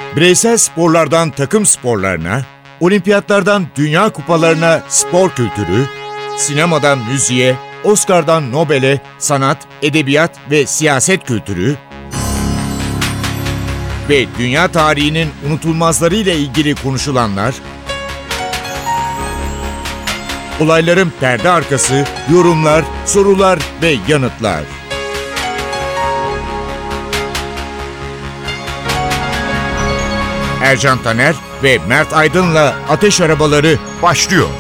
Bireysel sporlardan takım sporlarına, olimpiyatlardan dünya kupalarına spor kültürü, sinemadan müziğe, Oscar'dan Nobel'e sanat, edebiyat ve siyaset kültürü ve dünya tarihinin unutulmazlarıyla ilgili konuşulanlar, olayların perde arkası, yorumlar, sorular ve yanıtlar. Ercan Taner ve Mert Aydın'la Ateş Arabaları başlıyor.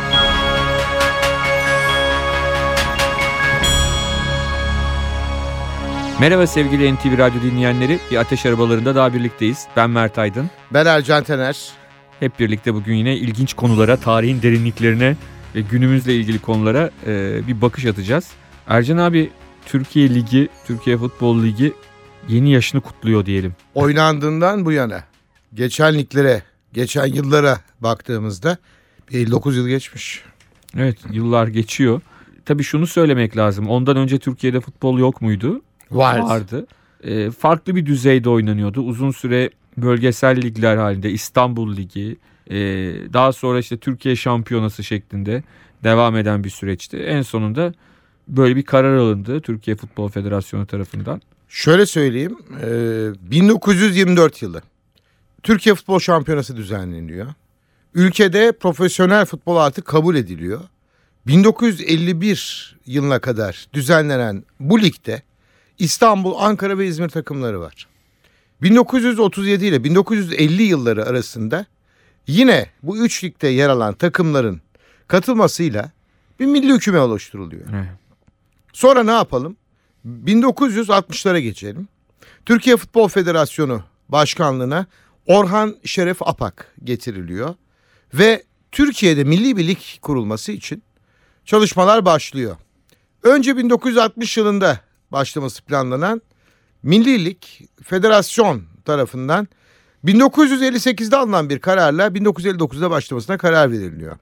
Merhaba sevgili NTV Radyo dinleyenleri. Bir Ateş Arabalarında daha birlikteyiz. Ben Mert Aydın. Ben Ercan Taner. Hep birlikte bugün yine ilginç konulara, tarihin derinliklerine ve günümüzle ilgili konulara bir bakış atacağız. Ercan abi, Türkiye Ligi, Türkiye Futbol Ligi yeni yaşını kutluyor diyelim. Oynandığından bu yana geçen liglere, geçen yıllara baktığımızda 59 yıl geçmiş. Evet, yıllar geçiyor. Tabii şunu söylemek lazım. Ondan önce Türkiye'de futbol yok muydu? Vardı. Farklı bir düzeyde oynanıyordu. Uzun süre bölgesel ligler halinde İstanbul Ligi, daha sonra işte Türkiye Şampiyonası şeklinde devam eden bir süreçti. En sonunda böyle bir karar alındı Türkiye Futbol Federasyonu tarafından. Şöyle söyleyeyim, 1924 yılı Türkiye Futbol Şampiyonası düzenleniyor. Ülkede profesyonel futbol artık kabul ediliyor. 1951 yılına kadar düzenlenen bu ligde İstanbul, Ankara ve İzmir takımları var. 1937 ile 1950 yılları arasında yine bu üç ligde yer alan takımların katılmasıyla bir milli küme oluşturuluyor. Evet. Sonra ne yapalım? 1960'lara geçelim. Türkiye Futbol Federasyonu Başkanlığı'na Orhan Şeref Apak getiriliyor. Ve Türkiye'de milli bir lig kurulması için çalışmalar başlıyor. Önce 1960 yılında başlaması planlanan Milli Lig Federasyon tarafından 1958'de alınan bir kararla 1959'da başlamasına karar veriliyor.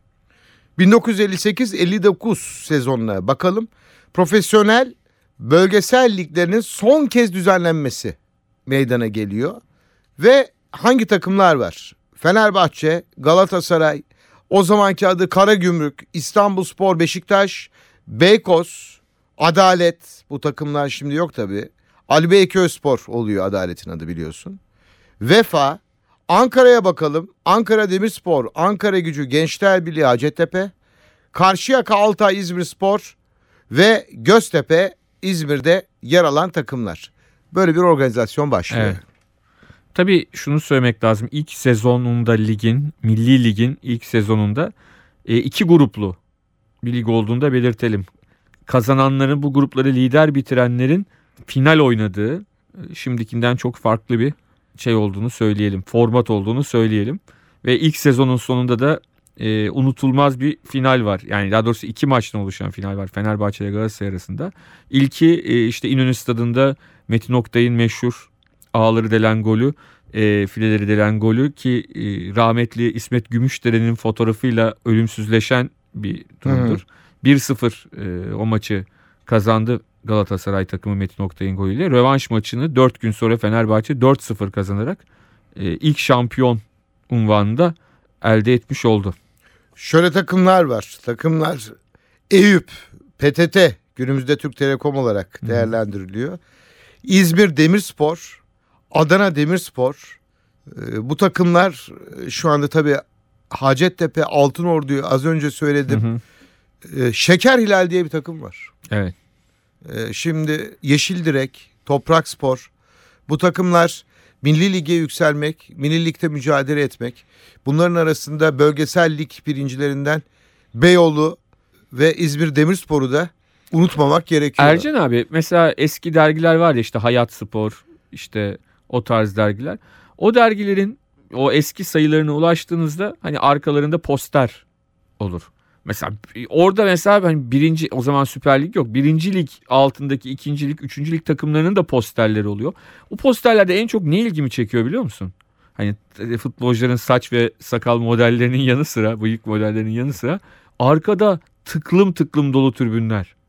1958-59 sezonuna bakalım. Profesyonel bölgesel liglerinin son kez düzenlenmesi meydana geliyor. Ve hangi takımlar var? Fenerbahçe, Galatasaray, o zamanki adı Karagümrük, İstanbulspor, Beşiktaş, Beykoz, Adalet, bu takımlar şimdi yok tabii. Ali Beyköyspor oluyor Adalet'in adı, biliyorsun. Vefa, Ankara'ya bakalım. Ankara Demirspor, Ankara Gücü, Gençler Birliği, Hacettepe, Karşıyaka, Altay, İzmirspor ve Göztepe, İzmir'de yer alan takımlar. Böyle bir organizasyon başlıyor. Evet. Tabii şunu söylemek lazım. İlk sezonunda ligin, Milli Lig'in ilk sezonunda iki gruplu bir lig olduğunu da belirtelim. Kazananların, bu grupları lider bitirenlerin final oynadığı, şimdikinden çok farklı bir şey olduğunu söyleyelim. Format olduğunu söyleyelim. Ve ilk sezonun sonunda da unutulmaz bir final var. Yani daha doğrusu iki maçtan oluşan final var Fenerbahçe ile Galatasaray arasında. İlki işte İnönü Stadı'nda Metin Oktay'ın meşhur ağları delen golü, fileleri delen golü ki rahmetli İsmet Gümüşdere'nin fotoğrafıyla ölümsüzleşen bir durumdur. 1-0 o maçı kazandı Galatasaray takımı Metin Oktay'ın golüyle. Rövanş maçını 4 gün sonra Fenerbahçe 4-0 kazanarak ilk şampiyon unvanını da elde etmiş oldu. Şöyle takımlar var. Takımlar Eyüp, PTT, günümüzde Türk Telekom olarak değerlendiriliyor. İzmir Demirspor, Adana Demirspor. Bu takımlar şu anda tabii Hacettepe, Altınordu'yu az önce söyledim. Şeker Hilal diye bir takım var. Evet. Şimdi Yeşildirek, Toprakspor, bu takımlar Milli Lig'e yükselmek, Milli Lig'de mücadele etmek. Bunların arasında bölgesel lig birincilerinden Beyoğlu ve İzmir Demirspor'u da unutmamak gerekiyor. Ercan abi, mesela eski dergiler var ya, işte Hayat Spor, işte o tarz dergiler. O dergilerin o eski sayılarına ulaştığınızda hani arkalarında poster olur. Mesela orada mesela hani birinci, o zaman Süper Lig yok. Birinci lig altındaki ikinci lig, üçüncü lig takımlarının da posterleri oluyor. O posterlerde en çok ne ilgimi çekiyor biliyor musun? Hani futbolcuların saç ve sakal modellerinin yanı sıra, bıyık modellerinin yanı sıra arkada tıklım tıklım dolu tribünler.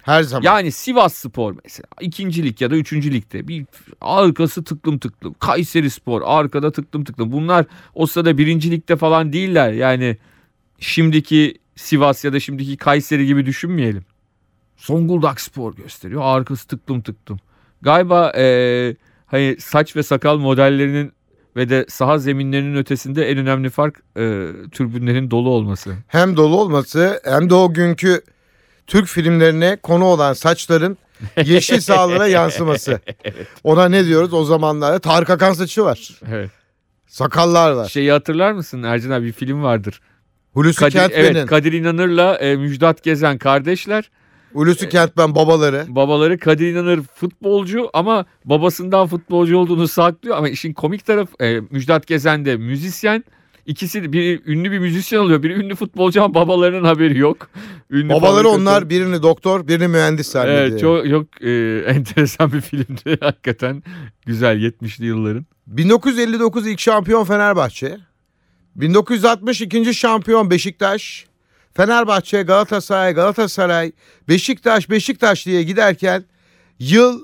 Her zaman. Yani Sivasspor mesela 2. lig ya da 3. ligde bir arkası tıklım tıklım. Kayserispor arkada tıklım tıklım. Bunlar o sırada 1. ligde falan değiller. Yani şimdiki Sivas ya da şimdiki Kayseri gibi düşünmeyelim. Zonguldakspor gösteriyor. Arkası tıklım tıklım. Galiba hani saç ve sakal modellerinin ve de saha zeminlerinin ötesinde en önemli fark tribünlerin dolu olması. Hem dolu olması hem de o günkü Türk filmlerine konu olan saçların yeşil sahalara yansıması. Ona ne diyoruz o zamanlarda? Tarık Akan saçı var. Evet. Sakallar var. Şeyi hatırlar mısın Ercan abi, bir film vardır. Hulusi Kentmen'in. Evet, Kadir İnanır'la Müjdat Gezen kardeşler. Hulusi Kentmen babaları. Babaları Kadir İnanır futbolcu ama babasından futbolcu olduğunu saklıyor. Ama işin komik tarafı Müjdat Gezen de müzisyen. İkisi biri ünlü bir müzisyen oluyor. Biri ünlü futbolcu ama babalarının haberi yok. Babaları onlar, birini doktor, birini mühendis zannediyor. Evet, çok enteresan bir filmdi. Hakikaten güzel 70'li yılların. 1959 ilk şampiyon Fenerbahçe. 1960 ikinci şampiyon Beşiktaş. Fenerbahçe, Galatasaray, Beşiktaş diye giderken yıl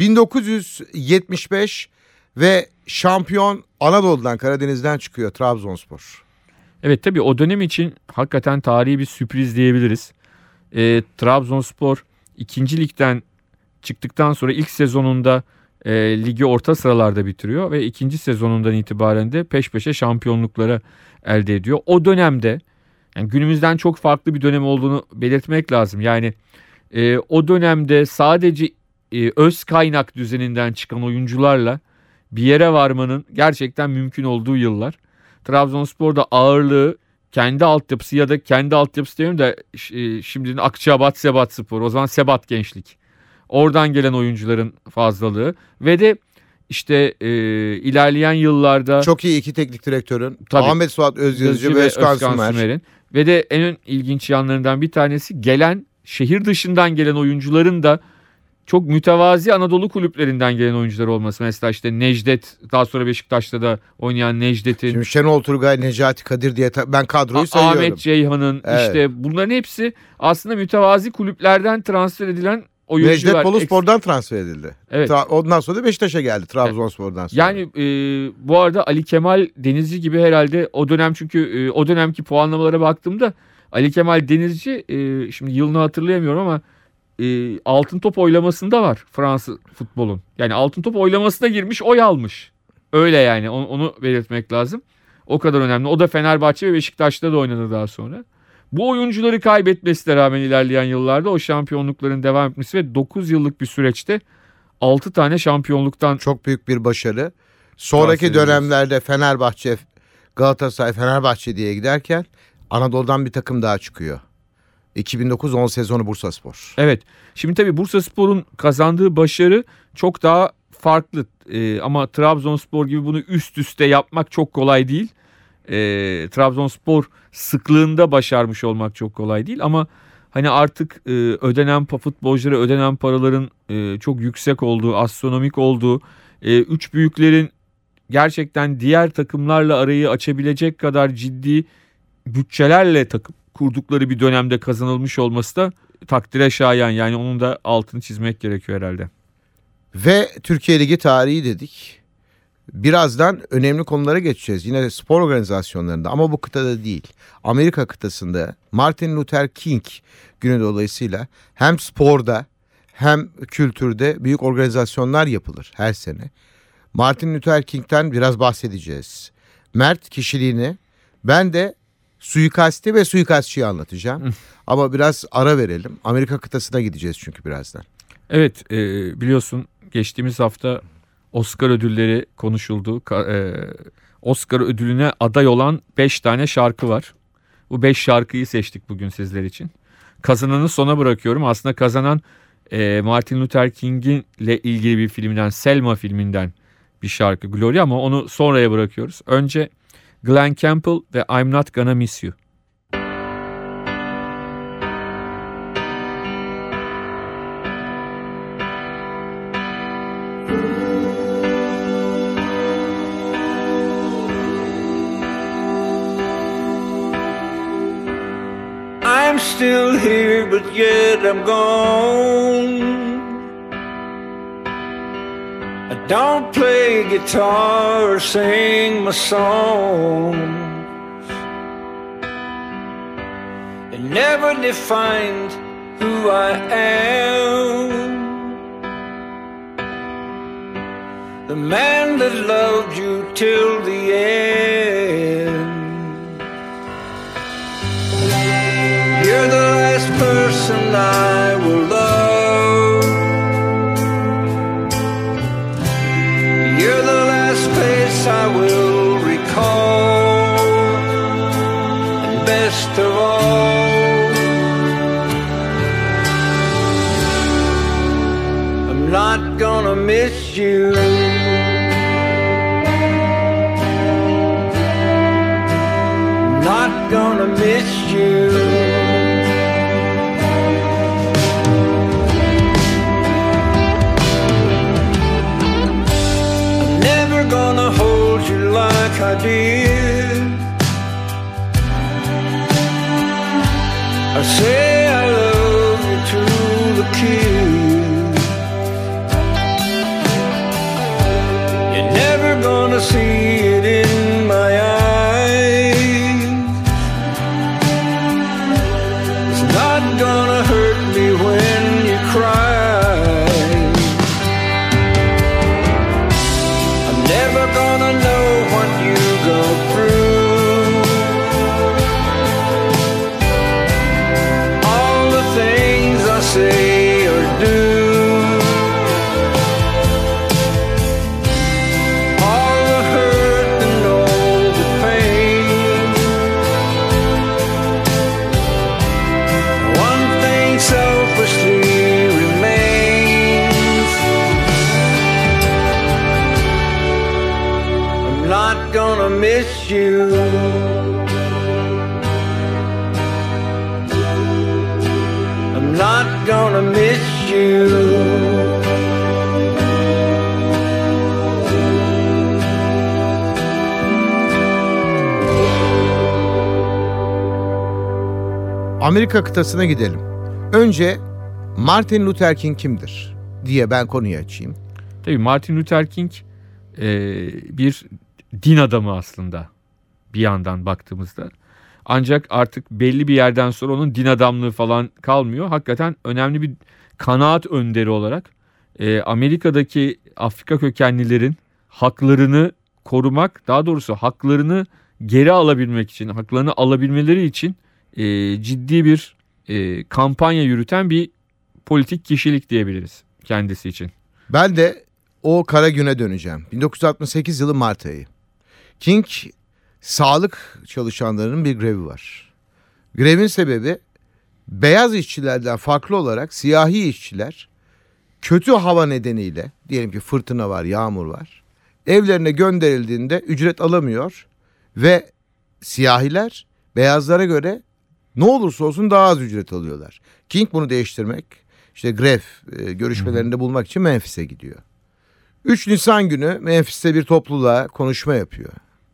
1975 ve şampiyon Anadolu'dan, Karadeniz'den çıkıyor Trabzonspor. Evet, tabii o dönem için hakikaten tarihi bir sürpriz diyebiliriz. Trabzonspor 2. ligden çıktıktan sonra ilk sezonunda ligi orta sıralarda bitiriyor ve 2. sezonundan itibaren de peş peşe şampiyonluklara elde ediyor. O dönemde yani günümüzden çok farklı bir dönem olduğunu belirtmek lazım. Yani o dönemde sadece öz kaynak düzeninden çıkan oyuncularla bir yere varmanın gerçekten mümkün olduğu yıllar. Trabzonspor'da ağırlığı kendi altyapısı ya da kendi altyapısı diyorum da şimdinin Akçabat Sebatspor, o zaman Sebat Gençlik. Oradan gelen oyuncuların fazlalığı ve de işte ilerleyen yıllarda çok iyi iki teknik direktörün tabii, Ahmet Suat Özyazıcı ve Özkan Sümer'in ve de en ilginç yanlarından bir tanesi gelen şehir dışından gelen oyuncuların da çok mütevazi Anadolu kulüplerinden gelen oyuncular olması. Mesela işte Necdet, daha sonra Beşiktaş'ta da oynayan Necdet'in. Şimdi Şenol Turgay, Necati Kadir diye ben kadroyu sayıyorum. Ahmet Ceyhan'ın, evet, işte bunların hepsi aslında mütevazi kulüplerden transfer edilen oyuncular. Necdet Boluspor'dan transfer edildi. Evet. Ondan sonra da Beşiktaş'a geldi Trabzonspor'dan sonra. Yani bu arada Ali Kemal Denizci gibi herhalde o dönem, çünkü o dönemki puanlamalara baktığımda Ali Kemal Denizci şimdi yılını hatırlayamıyorum ama altın top oylamasında var Fransız futbolun. Yani altın top oylamasına girmiş, oy almış. Öyle yani, onu belirtmek lazım. O kadar önemli. O da Fenerbahçe ve Beşiktaş'ta da oynadı daha sonra. Bu oyuncuları kaybetmesine rağmen ilerleyen yıllarda o şampiyonlukların devam etmesi ve 9 yıllık bir süreçte 6 tane şampiyonluktan çok büyük bir başarı. Sonraki dönemlerde Fenerbahçe, Galatasaray, Fenerbahçe diye giderken Anadolu'dan bir takım daha çıkıyor. 2009-10 sezonu Bursaspor. Evet. Şimdi tabii Bursaspor'un kazandığı başarı çok daha farklı. Ama Trabzonspor gibi bunu üst üste yapmak çok kolay değil. Trabzonspor sıklığında başarmış olmak çok kolay değil. Ama hani artık futbolculara ödenen paraların çok yüksek olduğu, astronomik olduğu, üç büyüklerin gerçekten diğer takımlarla arayı açabilecek kadar ciddi bütçelerle takım kurdukları bir dönemde kazanılmış olması da takdire şayan. Yani onun da altını çizmek gerekiyor herhalde. Ve Türkiye Ligi tarihi dedik. Birazdan önemli konulara geçeceğiz. Yine spor organizasyonlarında ama bu kıtada değil. Amerika kıtasında Martin Luther King günü dolayısıyla hem sporda hem kültürde büyük organizasyonlar yapılır her sene. Martin Luther King'ten biraz bahsedeceğiz. Mert kişiliğini, ben de suikasti ve suikastçıyı anlatacağım. Ama biraz ara verelim. Amerika kıtasına gideceğiz çünkü birazdan. Evet, biliyorsun geçtiğimiz hafta Oscar ödülleri konuşuldu. Oscar ödülüne aday olan 5 tane şarkı var. Bu 5 şarkıyı seçtik bugün sizler için. Kazananı sona bırakıyorum. Aslında kazanan Martin Luther King'in ile ilgili bir filmden, Selma filminden bir şarkı Gloria, ama onu sonraya bırakıyoruz. Önce Glen Campbell ve I'm Not Gonna Miss You. I'm still here, but yet I'm gone. I don't play guitar or sing my songs. It never defined who I am. The man that loved you till the end. You're the last person I will love. You're the last face I will recall. And best of all, I'm not gonna miss you. Not gonna miss you. I'm never gonna hold you like I did. I say I love you to the kiss. You're never gonna see it in my eyes. Not gonna hurt me when you cry. I'm never gonna know what you go through. All the things I say or do. All the hurt and all the pain. One thing selfishly remains. I'm not gonna miss you. I'm not gonna miss you. Amerika kıtasına gidelim. Önce Martin Luther King kimdir diye ben konuyu açayım. Tabii Martin Luther King bir din adamı aslında bir yandan baktığımızda. Ancak artık belli bir yerden sonra onun din adamlığı falan kalmıyor. Hakikaten önemli bir kanaat önderi olarak Amerika'daki Afrika kökenlilerin haklarını korumak, daha doğrusu haklarını geri alabilmek için, haklarını alabilmeleri için ciddi bir kampanya yürüten bir politik kişilik diyebiliriz kendisi için. Ben de o kara güne döneceğim. 1968 yılı Mart ayı. King, sağlık çalışanlarının bir grevi var. Grevin sebebi beyaz işçilerden farklı olarak siyahi işçiler kötü hava nedeniyle, diyelim ki fırtına var, yağmur var, evlerine gönderildiğinde ücret alamıyor ve siyahiler beyazlara göre ne olursa olsun daha az ücret alıyorlar. King bunu değiştirmek, işte grev görüşmelerinde bulmak için Memphis'e gidiyor. 3 Nisan günü Memphis'te bir topluluğa konuşma yapıyor.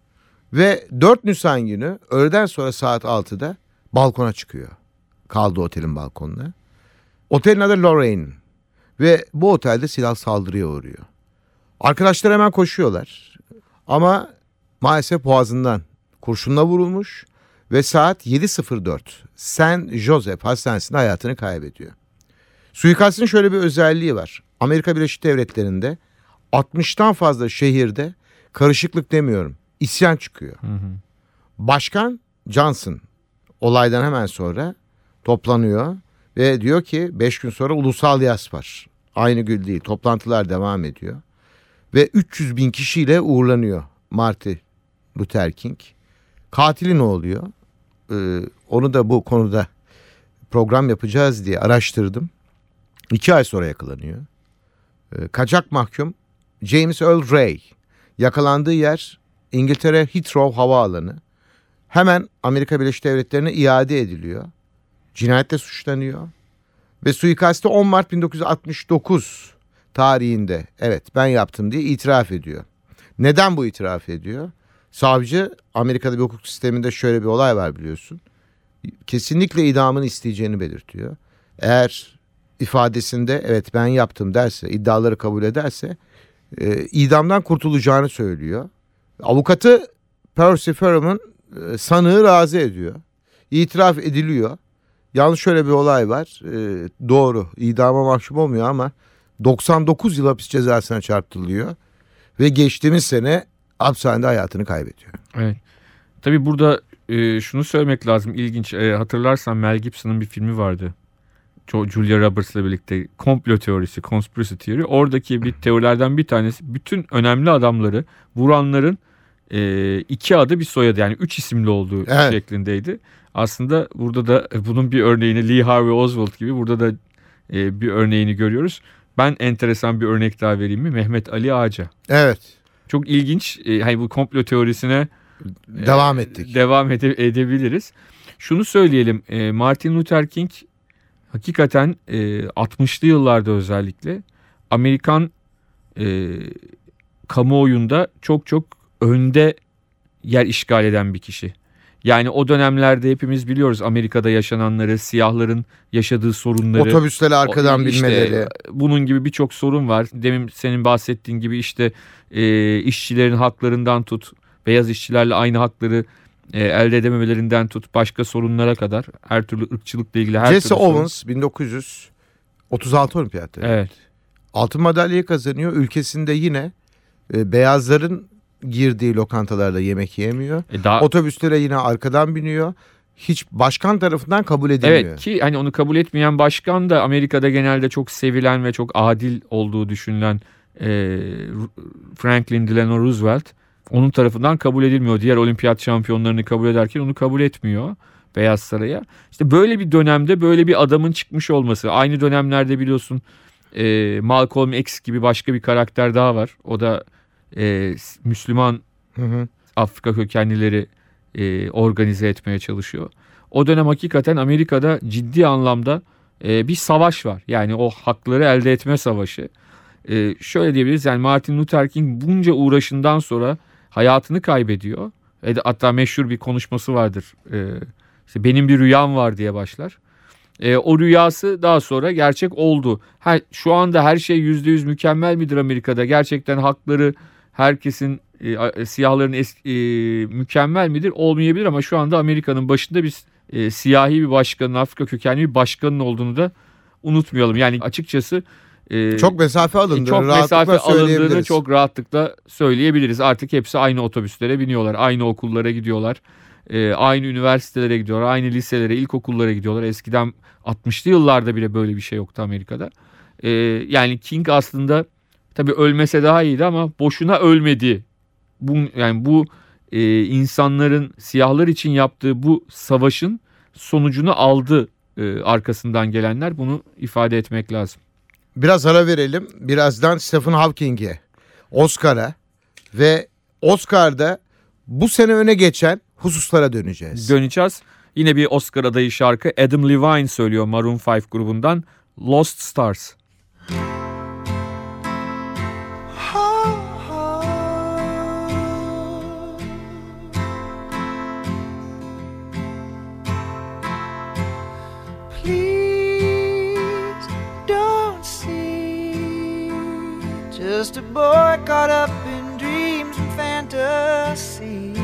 Ve 4 Nisan günü öğleden sonra saat 6'da balkona çıkıyor. Kaldığı otelin balkonuna. Otelin adı Lorraine. Ve bu otelde silah saldırıya uğruyor. Arkadaşlar hemen koşuyorlar. Ama maalesef boğazından kurşunla vurulmuş ve saat 7.04 St. Joseph Hastanesi'nde hayatını kaybediyor. Suikastın şöyle bir özelliği var. Amerika Birleşik Devletleri'nde 60'tan fazla şehirde karışıklık demiyorum, isyan çıkıyor. Başkan Johnson olaydan hemen sonra toplanıyor ve diyor ki 5 gün sonra ulusal yas var. Aynı gün değil, toplantılar devam ediyor. Ve 300 bin kişiyle uğurlanıyor Martin Luther King. Katili ne oluyor? Onu da bu konuda program yapacağız diye araştırdım. 2 ay sonra yakalanıyor. Kaçak mahkum James Earl Ray. Yakalandığı yer İngiltere Heathrow Havaalanı. Hemen Amerika Birleşik Devletleri'ne iade ediliyor. Cinayetle suçlanıyor. Ve suikastı 10 Mart 1969 tarihinde evet ben yaptım diye itiraf ediyor. Neden bu itiraf ediyor? Savcı, Amerika'da bir hukuk sisteminde şöyle bir olay var biliyorsun. kesinlikle idamını isteyeceğini belirtiyor. Eğer ifadesinde evet ben yaptım derse, iddiaları kabul ederse idamdan kurtulacağını söylüyor. Avukatı Percy Farrell'ın sanığı razı ediyor. İtiraf ediliyor. Yalnız şöyle bir olay var. Doğru, idama mahkum olmuyor ama 99 yıl hapis cezasına çarptırılıyor. Ve geçtiğimiz sene hapishanede hayatını kaybediyor. Evet. Tabii burada şunu söylemek lazım. İlginç. Hatırlarsan Mel Gibson'ın bir filmi vardı. Julia Roberts'la birlikte komplo teorisi, conspiracy theory. Oradaki bir teorilerden bir tanesi bütün önemli adamları vuranların 2 adı bir soyadı, yani 3 isimli olduğu şeklindeydi. Aslında burada da bunun bir örneğini Lee Harvey Oswald gibi burada da bir örneğini görüyoruz. Ben enteresan bir örnek daha vereyim mi? Mehmet Ali Ağca. Evet. Çok ilginç. Hani bu komplo teorisine devam ettik. Devam edebiliriz. Şunu söyleyelim. Martin Luther King hakikaten 60'lı yıllarda özellikle Amerikan kamuoyunda çok önde yer işgal eden bir kişi. Yani o dönemlerde hepimiz biliyoruz Amerika'da yaşananları, siyahların yaşadığı sorunları. Otobüsleri arkadan binmeleri. Bunun gibi birçok sorun var. Demin senin bahsettiğin gibi işte işçilerin haklarından tut, beyaz işçilerle aynı hakları elde edememelerinden tut, başka sorunlara kadar her türlü ırkçılıkla ilgili her Jesse türlü Owens sorun. 1936 olimpiyatı. Evet. Altın madalyayı kazanıyor. Ülkesinde yine beyazların girdiği lokantalarda yemek yemiyor. Otobüslere yine arkadan biniyor. Hiç başkan tarafından kabul edilmiyor. Evet, ki hani onu kabul etmeyen başkan da Amerika'da genelde çok sevilen ve çok adil olduğu düşünülen Franklin Delano Roosevelt. Onun tarafından kabul edilmiyor. Diğer olimpiyat şampiyonlarını kabul ederken onu kabul etmiyor Beyaz Saray'a. İşte böyle bir dönemde böyle bir adamın çıkmış olması. Aynı dönemlerde biliyorsun Malcolm X gibi başka bir karakter daha var. O da Müslüman Afrika kökenlileri organize etmeye çalışıyor. O dönem hakikaten Amerika'da ciddi anlamda bir savaş var. Yani o hakları elde etme savaşı. Şöyle diyebiliriz, yani Martin Luther King bunca uğraşından sonra hayatını kaybediyor. Hatta meşhur bir konuşması vardır. İşte benim bir rüyam var diye başlar. O rüyası daha sonra gerçek oldu. Şu anda her şey %100 mükemmel midir Amerika'da? Gerçekten hakları herkesin, siyahların mükemmel midir? Olmayabilir ama şu anda Amerika'nın başında bir siyahi bir başkanın, Afrika kökenli bir başkanın olduğunu da unutmayalım. Yani açıkçası çok mesafe alındığını çok rahatlıkla söyleyebiliriz. Artık hepsi aynı otobüslere biniyorlar, aynı okullara gidiyorlar, aynı üniversitelere gidiyorlar, aynı liselere, ilkokullara gidiyorlar. Eskiden 60'lı yıllarda bile böyle bir şey yoktu Amerika'da. Yani King aslında tabii ölmese daha iyiydi ama boşuna ölmedi. Bu insanların siyahlar için yaptığı bu savaşın sonucunu aldı arkasından gelenler. Bunu ifade etmek lazım. Biraz ara verelim. Birazdan Stephen Hawking'e, Oscar'a ve Oscar'da bu sene öne geçen hususlara döneceğiz. Yine bir Oscar adayı şarkı Adam Levine söylüyor Maroon 5 grubundan, Lost Stars. Just a boy caught up in dreams and fantasies.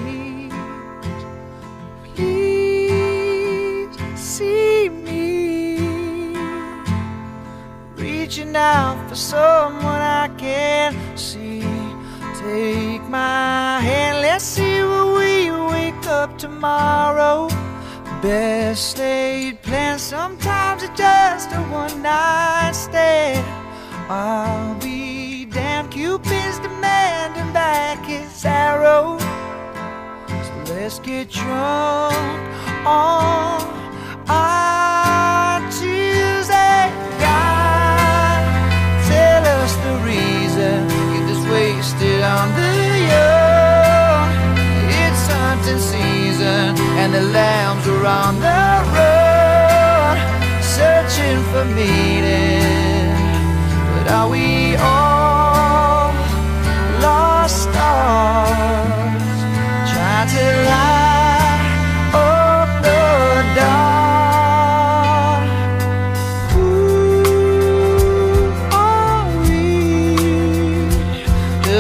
Please see me reaching out for someone I can't see. Take my hand, let's see where we wake up tomorrow. Best laid plans, sometimes it's just a one night stand. I'll be damned, Cupid's demanding back his arrow. So let's get drunk on our Tuesday. God, tell us the reason, get us wasted on the young. It's hunting season and the lambs are on the run, searching for meaning. But are we all lost stars, trying to light up the dark?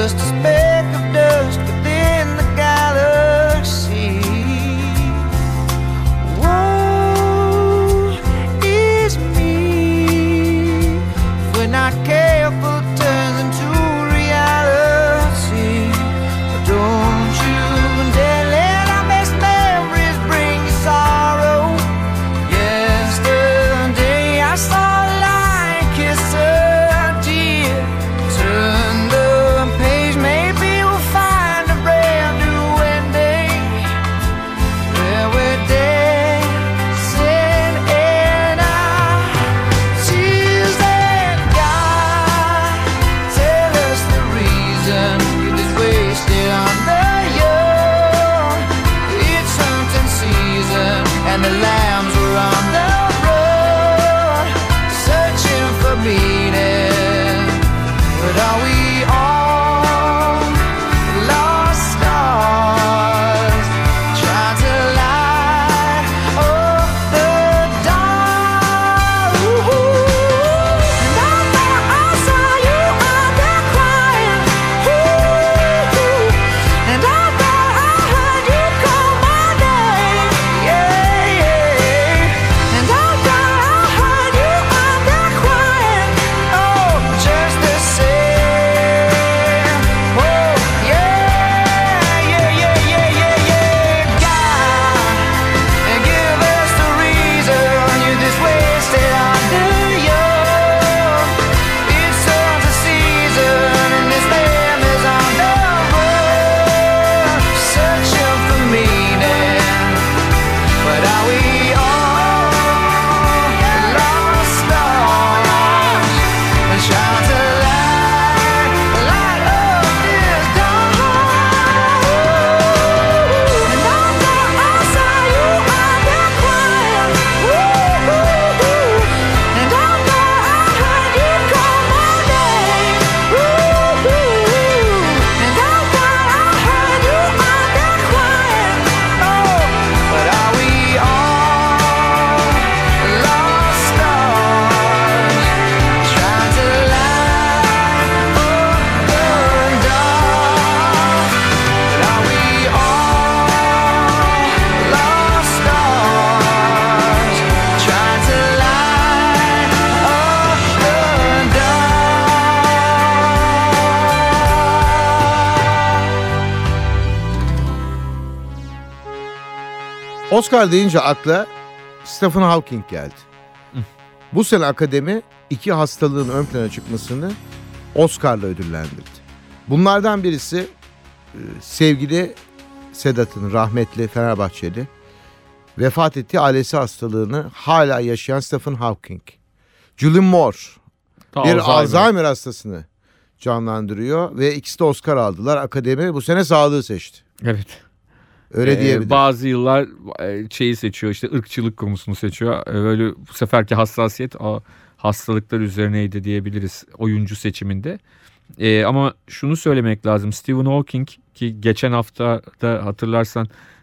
just a speck of dust within the galaxy. Woe is me if we're not careful, it turns into reality. But don't you dare let our best memories bring you sorrow. Yesterday I saw a lion kiss a deer. Turn the page, maybe we'll find a brand new ending where we're dancing in our tears. Let God tell us the reason youth is wasted on the young. It's hunting season and the lambs are on the road, searching for meaning. But are we all lost stars trying to light up the dark? And I thought I saw you out there crying. And I thought I heard you call my name. Yeah, yeah. And I thought I heard you out there crying. Oh, just the same. Oh, yeah, yeah, yeah, yeah, yeah, yeah. God, and give us the reason you this wasted on the young. It's such a season, and this man is on the road, searching for meaning. But are we all lost stars and trying to light up this dawn? And I thought I saw you out there crying. And I thought I heard you call my name. And I thought I heard you out there crying. Oh, but are we all lost stars trying to light up the dark? But are we all lost stars trying to light up the dark? Oscar deyince akla Stephen Hawking geldi. Bu sene akademi iki hastalığın ön plana çıkmasını Oscar'la ödüllendirdi. Bunlardan birisi sevgili Sedat'ın, rahmetli Fenerbahçeli, vefat ettiği ailesi hastalığını hala yaşayan Stephen Hawking. Julianne Moore bir Alzheimer hastasını canlandırıyor ve ikisi de Oscar aldılar. Akademi bu sene sağlığı seçti. Evet. Öyle diyebilirim. Bazı yıllar şeyi seçiyor, işte ırkçılık konusunu seçiyor. Böyle bu seferki hassasiyet o hastalıklar üzerineydi diyebiliriz oyuncu seçiminde. Ama şunu söylemek lazım. Stephen Hawking ki geçen hafta da hatırlarsan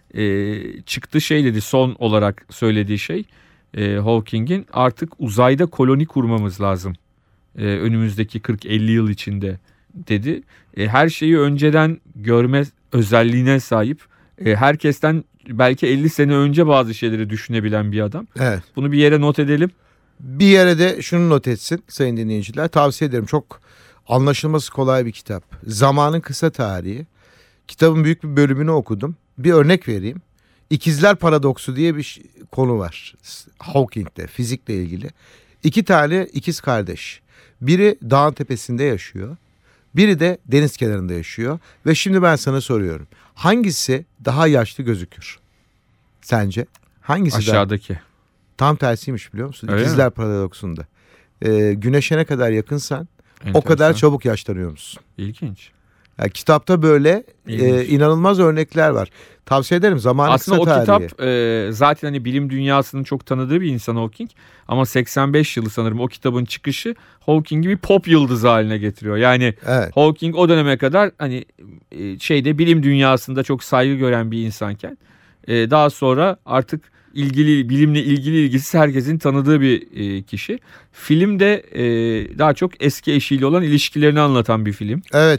çıktı şey dedi, son olarak söylediği şey Hawking'in artık uzayda koloni kurmamız lazım. Önümüzdeki 40-50 yıl içinde dedi. Her şeyi önceden görme özelliğine sahip. Herkesten belki 50 sene önce bazı şeyleri düşünebilen bir adam. Evet. Bunu bir yere not edelim. Bir yere de şunu not etsin sayın dinleyiciler. Tavsiye ederim. Çok anlaşılması kolay bir kitap. Zamanın Kısa Tarihi. Kitabın büyük bir bölümünü okudum. Bir örnek vereyim. İkizler Paradoksu diye bir konu var. Hawking'de, fizikle ilgili. 2 tane ikiz kardeş. Biri dağın tepesinde yaşıyor. Biri de deniz kenarında yaşıyor. Ve şimdi ben sana soruyorum. Hangisi daha yaşlı gözükür? Sence? Hangisi Aşağıdaki. Tam tersiymiş biliyor musun? Öyle İkizler mi? Paradoksunda. Güneşe ne kadar yakınsan o Enteresan. kadar çabuk yaşlanıyor musun? İlginç. Yani kitapta böyle İlginç. inanılmaz örnekler var. Tavsiye ederim. Zamanın Aslında o Kısa Tarihi. kitap zaten hani bilim dünyasının çok tanıdığı bir insan Hawking. Ama 85 yılı sanırım o kitabın çıkışı Hawking'i bir pop yıldızı haline getiriyor. Yani Evet. Hawking o döneme kadar hani bilim dünyasında çok saygı gören bir insanken daha sonra artık bilimle ilgili ilgisi herkesin tanıdığı bir kişi. Film de daha çok eski eşiyle olan ilişkilerini anlatan bir film. Evet.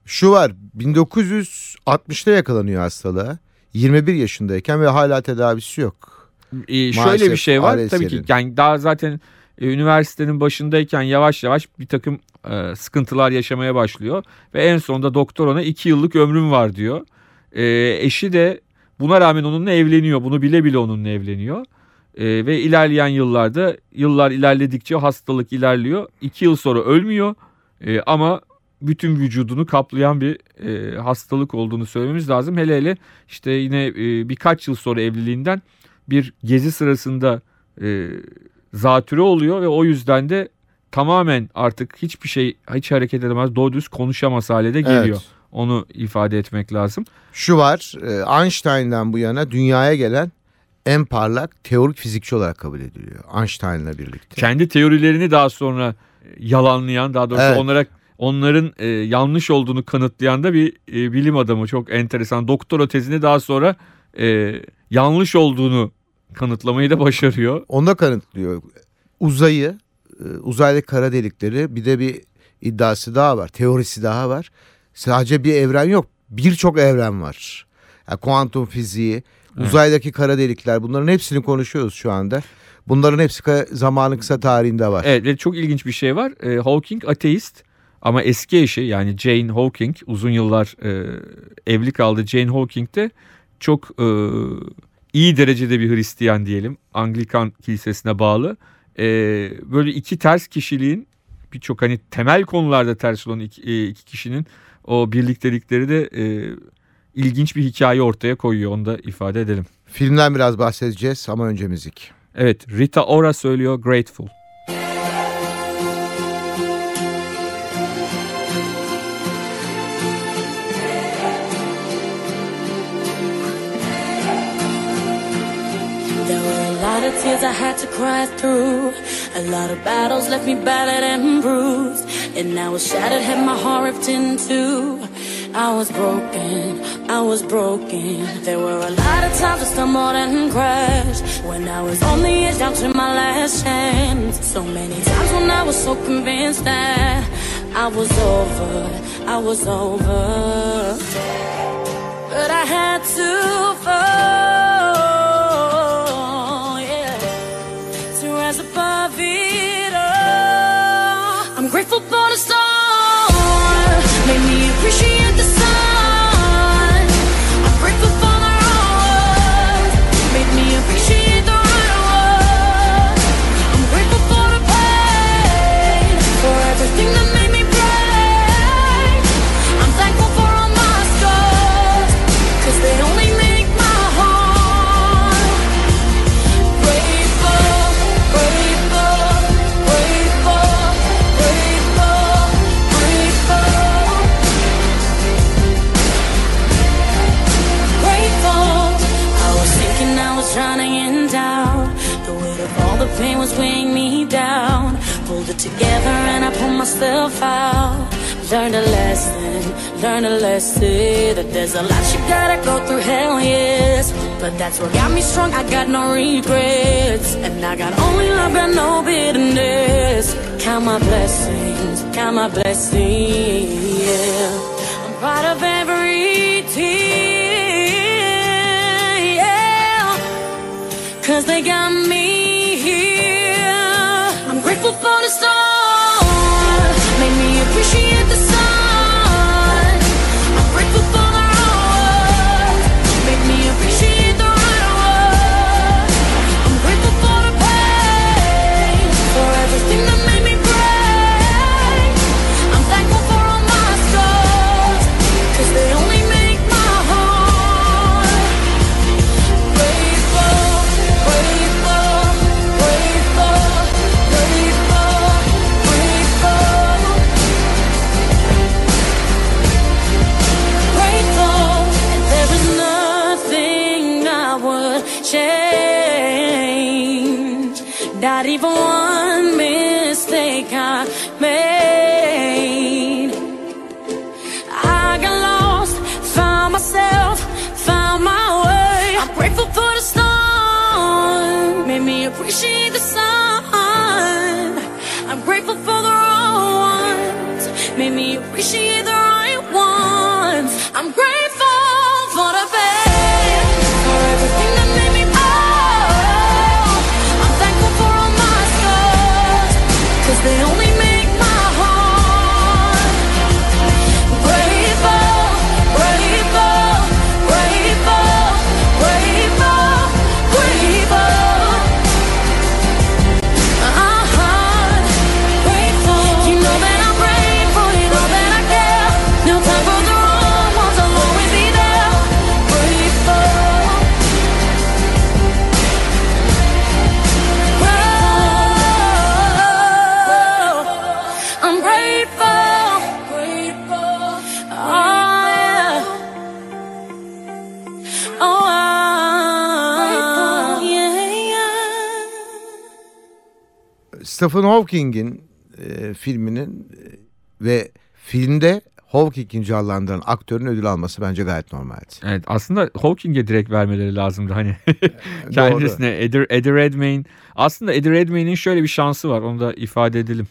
Şu var, 1960'ta yakalanıyor hastalığa. 21 yaşındayken ve hala tedavisi yok. Şöyle Maalesef bir şey var. ALS'nin. Tabii ki yani daha zaten üniversitenin başındayken yavaş yavaş bir takım sıkıntılar yaşamaya başlıyor. Ve en sonunda doktor ona 2 yıllık ömrüm var diyor. Eşi de buna rağmen onunla evleniyor. Bunu bile bile onunla evleniyor. Ve ilerleyen yıllarda, yıllar ilerledikçe hastalık ilerliyor. 2 yıl sonra ölmüyor. Ama bütün vücudunu kaplayan bir hastalık olduğunu söylememiz lazım. Hele hele işte yine birkaç yıl sonra evliliğinden bir gezi sırasında zatürre oluyor ve o yüzden de tamamen artık hiç hareket edemez, doğru düz konuşamaz hale de geliyor. Evet. Onu ifade etmek lazım. Şu var, Einstein'dan bu yana dünyaya gelen en parlak teorik fizikçi olarak kabul ediliyor. Einstein'la birlikte. Kendi teorilerini daha sonra yalanlayan, daha doğrusu Evet. onların yanlış olduğunu kanıtlayan da bir bilim adamı. Çok enteresan. Doktora tezini daha sonra yanlış olduğunu kanıtlamayı da başarıyor. Onu da kanıtlıyor. Uzayı, uzaydaki kara delikleri, bir de bir iddiası daha var. Teorisi daha var. Sadece bir evren yok. Birçok evren var. Yani kuantum fiziği, uzaydaki kara delikler, bunların hepsini konuşuyoruz şu anda. Bunların hepsi zamanın kısa tarihinde var. Evet ve çok ilginç bir şey var. Hawking ateist ama eski eşi yani Jane Hawking, uzun yıllar evli kaldı Jane Hawking de çok iyi derecede bir Hristiyan diyelim. Anglikan kilisesine bağlı. Böyle iki ters kişiliğin, birçok hani temel konularda ters olan iki kişinin o birliktelikleri de ilginç bir hikaye ortaya koyuyor. Onu da ifade edelim. Filmden biraz bahsedeceğiz ama önce müzik. Evet, Rita Ora söylüyor Grateful. There were a lot of tears I had to cry through. A lot of battles left me battered and bruised. And I was shattered, had my heart ripped in two. I was broken, I was broken. There were a lot of times I stumbled and crashed, when I was on the edge down to my last chance. So many times when I was so convinced that I was over, I was over. But I had to fall, yeah, to rise above it all. I'm grateful for the storm, made me appreciate the sun. I'm grateful for the road, made me appreciate the right one. I'm grateful for the pain, for everything that made me brave. I'm thankful for all my scars, 'cause they only make my heart grateful, grateful, grateful, grateful, grateful, grateful. I was thinking I was drowning in doubt. The weight of all the pain was weighing me down. Pulled it together and I pulled myself out. Learned a lesson that there's a lot you gotta go through, hell yes. But that's what got me strong, I got no regrets. And I got only love, got no bitterness. Count my blessings, yeah. I'm proud of every tear, yeah, 'cause they got me here. I'm grateful for the storm, made me appreciate the sun. I'm grateful for the road, made me appreciate the right one. I'm grateful for the pain, for everything that made me brave. I'm thankful for all my scars, 'cause they only make my heart grateful, grateful, grateful, grateful, grateful, grateful. And there is nothing I would change, not even one mistake I made. I got lost, found myself, found my way. I'm grateful for the storm, made me appreciate the sun. I'm grateful for the wrong ones, made me appreciate the right one. Stephen Hawking'in filminin ve filmde Hawking'i canlandıran aktörün ödül alması bence gayet normaldi. Evet, aslında Hawking'e direkt vermeleri lazımdı hani kendisine. Eddie Redmayne. Aslında Eddie Redmayne'in şöyle bir şansı var, onu da ifade edelim.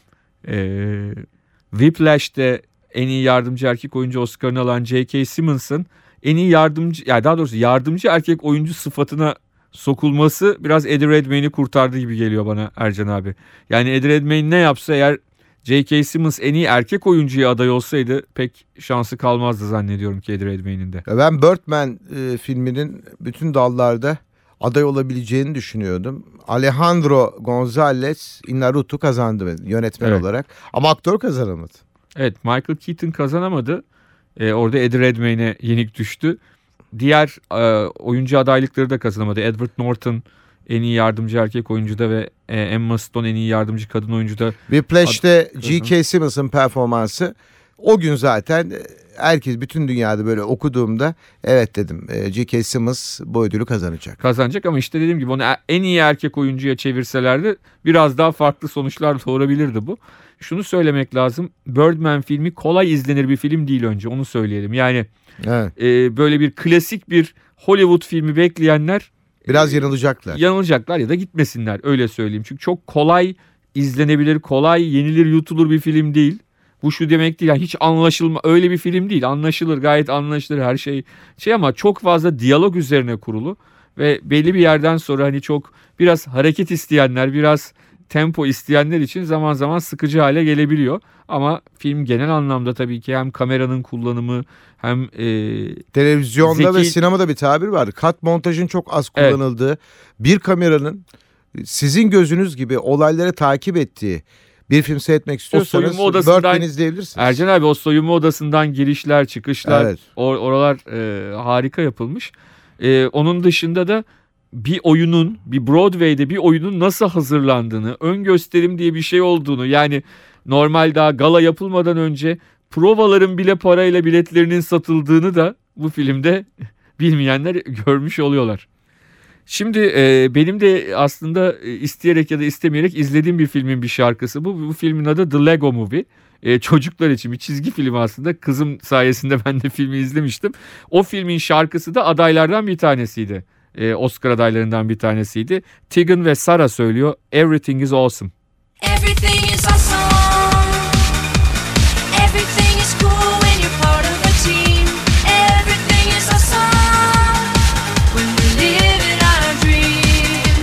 Whiplash'te en iyi yardımcı erkek oyuncu Oscar'ını alan J.K. Simmons'ın en iyi yardımcı, yani daha doğrusu yardımcı erkek oyuncu sıfatına sokulması biraz Eddie Redmayne'i kurtardı gibi geliyor bana Ercan abi. Yani Eddie Redmayne ne yapsa, eğer J.K. Simmons en iyi erkek oyuncuya aday olsaydı pek şansı kalmazdı zannediyorum ki Eddie Redmayne'in de. Ben Birdman filminin bütün dallarda aday olabileceğini düşünüyordum. Alejandro González Iñárritu kazandı yönetmen olarak ama aktör kazanamadı. Evet, Michael Keaton kazanamadı. Orada Eddie Redmayne'e yenik düştü. Diğer oyuncu adaylıkları da kazanamadı. Edward Norton en iyi yardımcı erkek oyuncuda ve Emma Stone en iyi yardımcı kadın oyuncuda. Whiplash'te J.K. Simmons'ın performansı o gün zaten herkes, bütün dünyada böyle okuduğumda evet dedim, J.K. Simmons bu ödülü kazanacak. Ama işte dediğim gibi onu en iyi erkek oyuncuya çevirselerdi biraz daha farklı sonuçlar doğurabilirdi bu. Şunu söylemek lazım, Birdman filmi kolay izlenir bir film değil, önce onu söyleyelim. Yani Evet. Böyle bir klasik bir Hollywood filmi bekleyenler Biraz yanılacaklar. Yanılacaklar ya da gitmesinler, öyle söyleyeyim. Çünkü çok kolay izlenebilir, kolay yenilir yutulur bir film değil. Bu şu demek değil, yani hiç anlaşılma, öyle bir film değil. Anlaşılır, gayet anlaşılır her şey. Ama çok fazla diyalog üzerine kurulu ve belli bir yerden sonra hani çok biraz hareket isteyenler, biraz tempo isteyenler için zaman zaman sıkıcı hale gelebiliyor. Ama film genel anlamda tabii ki hem kameranın kullanımı hem televizyonda ve sinemada bir tabir var. Kat montajın çok az kullanıldığı, bir kameranın sizin gözünüz gibi olayları takip ettiği bir film seyretmek istiyorsanız Birdman izleyebilirsiniz. Ercan abi, o soyunma odasından girişler, çıkışlar, evet. Oralar harika yapılmış. Onun dışında da bir Broadway'de bir oyunun nasıl hazırlandığını, ön gösterim diye bir şey olduğunu, yani normal daha gala yapılmadan önce provaların bile parayla biletlerinin satıldığını da bu filmde bilmeyenler görmüş oluyorlar. Şimdi benim de aslında isteyerek ya da istemeyerek izlediğim bir filmin bir şarkısı bu. Bu filmin adı The Lego Movie. Çocuklar için bir çizgi film aslında. Kızım sayesinde ben de filmi izlemiştim. O filmin şarkısı da adaylardan bir tanesiydi. Oscar adaylarından bir tanesiydi. Tegan ve Sara söylüyor. Everything is awesome. Everything is awesome. Everything is cool when you're part of a team. Everything is awesome when we're living our dream.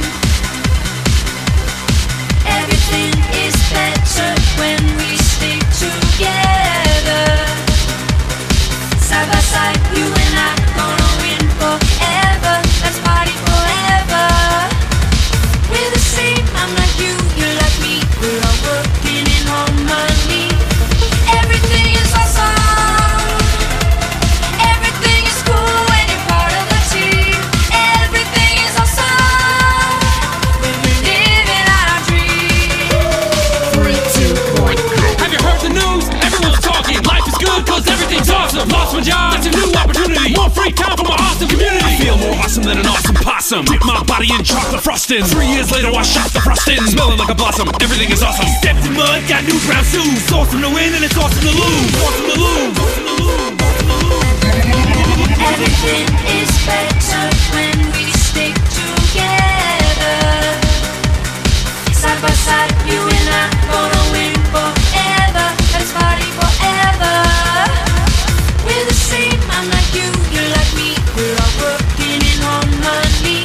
Everything is better when we stick together. Side by side, you and I gonna win forever. Let's party forever. We're the same, I'm like you, you're like me. We're all working in harmony. Everything is awesome. Everything is cool when you're part of a team. Everything is awesome when we're living our dream. 3, 2, 1, go. Have you heard the news? Everyone's talking. Life is good cause everything's awesome. Lost my job, that's a new opportunity. More free time for my awesome community. I feel more awesome than an awesome possum. Dip my body in chocolate frosting. 3 years later I shot the frosting. Smelling like a blossom, everything is awesome. Stepped in mud, got new brown shoes. It's awesome to win and it's awesome to lose. Awesome to lose. Awesome to lose. Awesome to lose. Everything is better when we stick together. Side by side, you and I gonna win forever. Let's party forever. We're the same, I'm like you, you're like me. We're all working in harmony.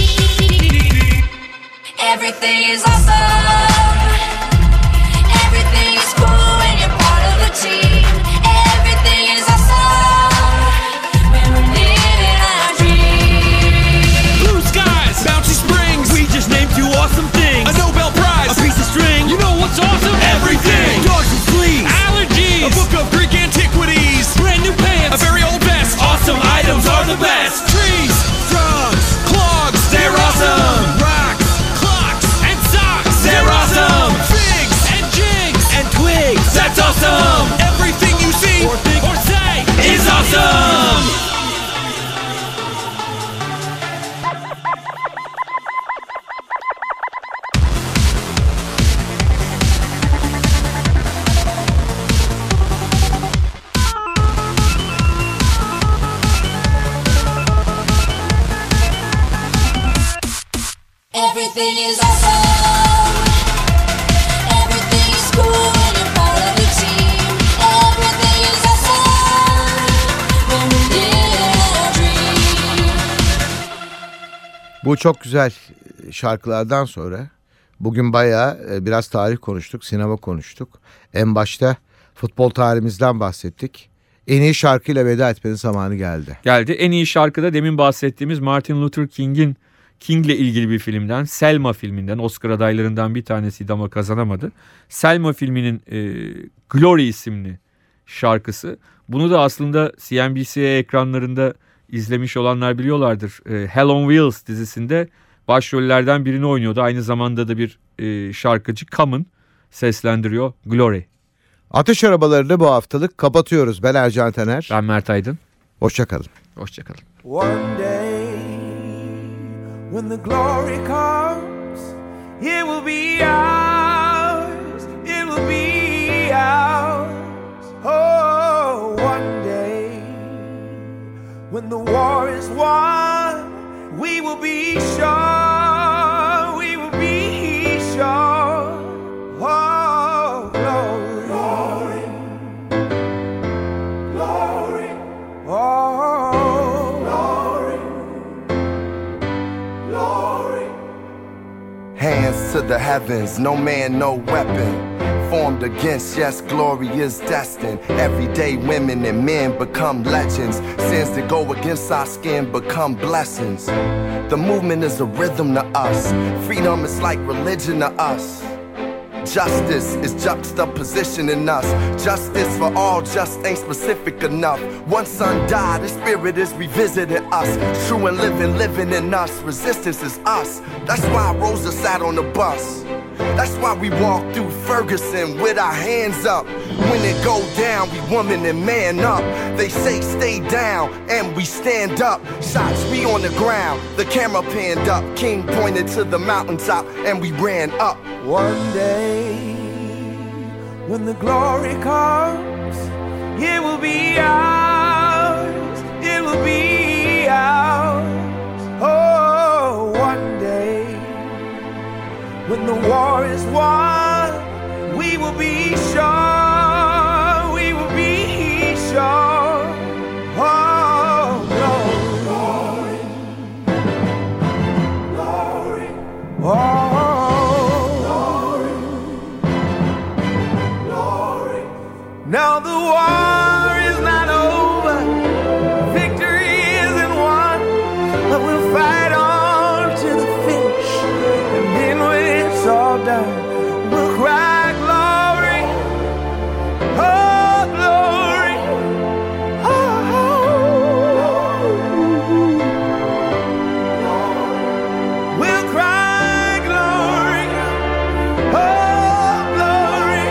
Everything is awesome. Everything is cool when you're part of a team. Everything is awesome when we're living our dream. Blue skies, bouncy springs. We just named 2 awesome things. A Nobel Prize, a piece of string. You know what's awesome? Everything. Dogs and fleas. Allergies. A book of Greek antiquities. Brand new pants. A very old vest. Awesome items are the best. Trees, drugs, clogs. They're awesome. Rocks, clocks, and socks. They're awesome. Figs and jigs and twigs. That's awesome. Everything you see or think or say is awesome. Everything is awesome. Everything is cool when you're part of the team. Everything is awesome when we live our dream. Bu çok güzel şarkılardan sonra bugün bayağı biraz tarih konuştuk, sinema konuştuk. En başta futbol tarihimizden bahsettik. En iyi şarkıyla veda etmenin zamanı geldi. Geldi. En iyi şarkı da demin bahsettiğimiz Martin Luther King'le ilgili bir filmden, Selma filminden, Oscar adaylarından bir tanesiydi ama kazanamadı. Selma filminin Glory isimli şarkısı. Bunu da aslında CNBC ekranlarında izlemiş olanlar biliyorlardır. Hell on Wheels dizisinde başrollerden birini oynuyordu. Aynı zamanda da bir şarkıcı Common seslendiriyor Glory. Ateş Arabalarını bu haftalık kapatıyoruz. Ben Ercan Taner. Ben Mert Aydın. Hoşçakalın. Hoşçakalın. One day, when the glory comes, it will be ours, it will be ours. Oh, one day, when the war is won, we will be sure, we will be sure. Oh, glory, glory, glory. Oh, glory, glory. Hands to the heavens, no man, no weapon formed against, yes, glory is destined. Everyday women and men become legends. Sins that go against our skin become blessings. The movement is a rhythm to us. Freedom is like religion to us. Justice is juxtaposition in us. Justice for all just ain't specific enough. One son died, his spirit is revisiting us. True and living in us. Resistance is us. That's why Rosa sat on the bus. That's why we walk through Ferguson with our hands up. When it go down, we woman and man up. They say stay down, and we stand up. Shots be on the ground, the camera panned up. King pointed to the mountaintop, and we ran up. One day, when the glory comes, it will be ours, it will be ours. Oh, one day, when the war is won, we will be sure, we will be sure. Oh, glory, glory, glory. Oh, glory, glory. Now the war is not over, victory isn't won, but we'll fight on to the finish, and then when it's all done, we'll cry glory, oh glory, oh, we'll cry glory, oh glory,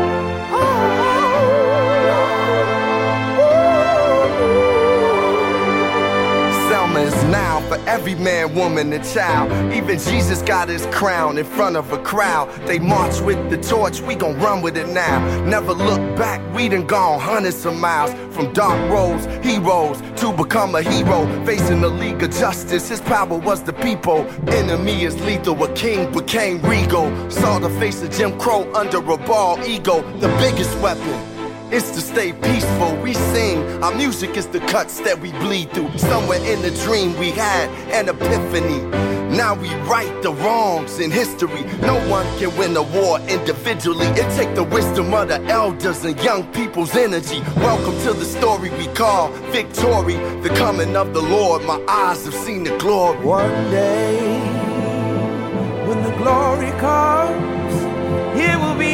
Selma is now for every man, woman, and child. Even Jesus got his crown in front of a crowd. They march with the torch, we gon' run with it now. Never look back, we done gone hundreds of miles. From dark roads, heroes, to become a hero. Facing the League of Justice, his power was the people. Enemy is lethal, a king became regal. Saw the face of Jim Crow under a bald ego. The biggest weapon is to stay peaceful. We sing, our music is the cuts that we bleed through. Somewhere in the dream we had an epiphany. Now we right the wrongs in history. No one can win a war individually. It take the wisdom of the elders and young people's energy. Welcome to the story we call victory. The coming of the Lord, my eyes have seen the glory. one day, when the glory comes, it will be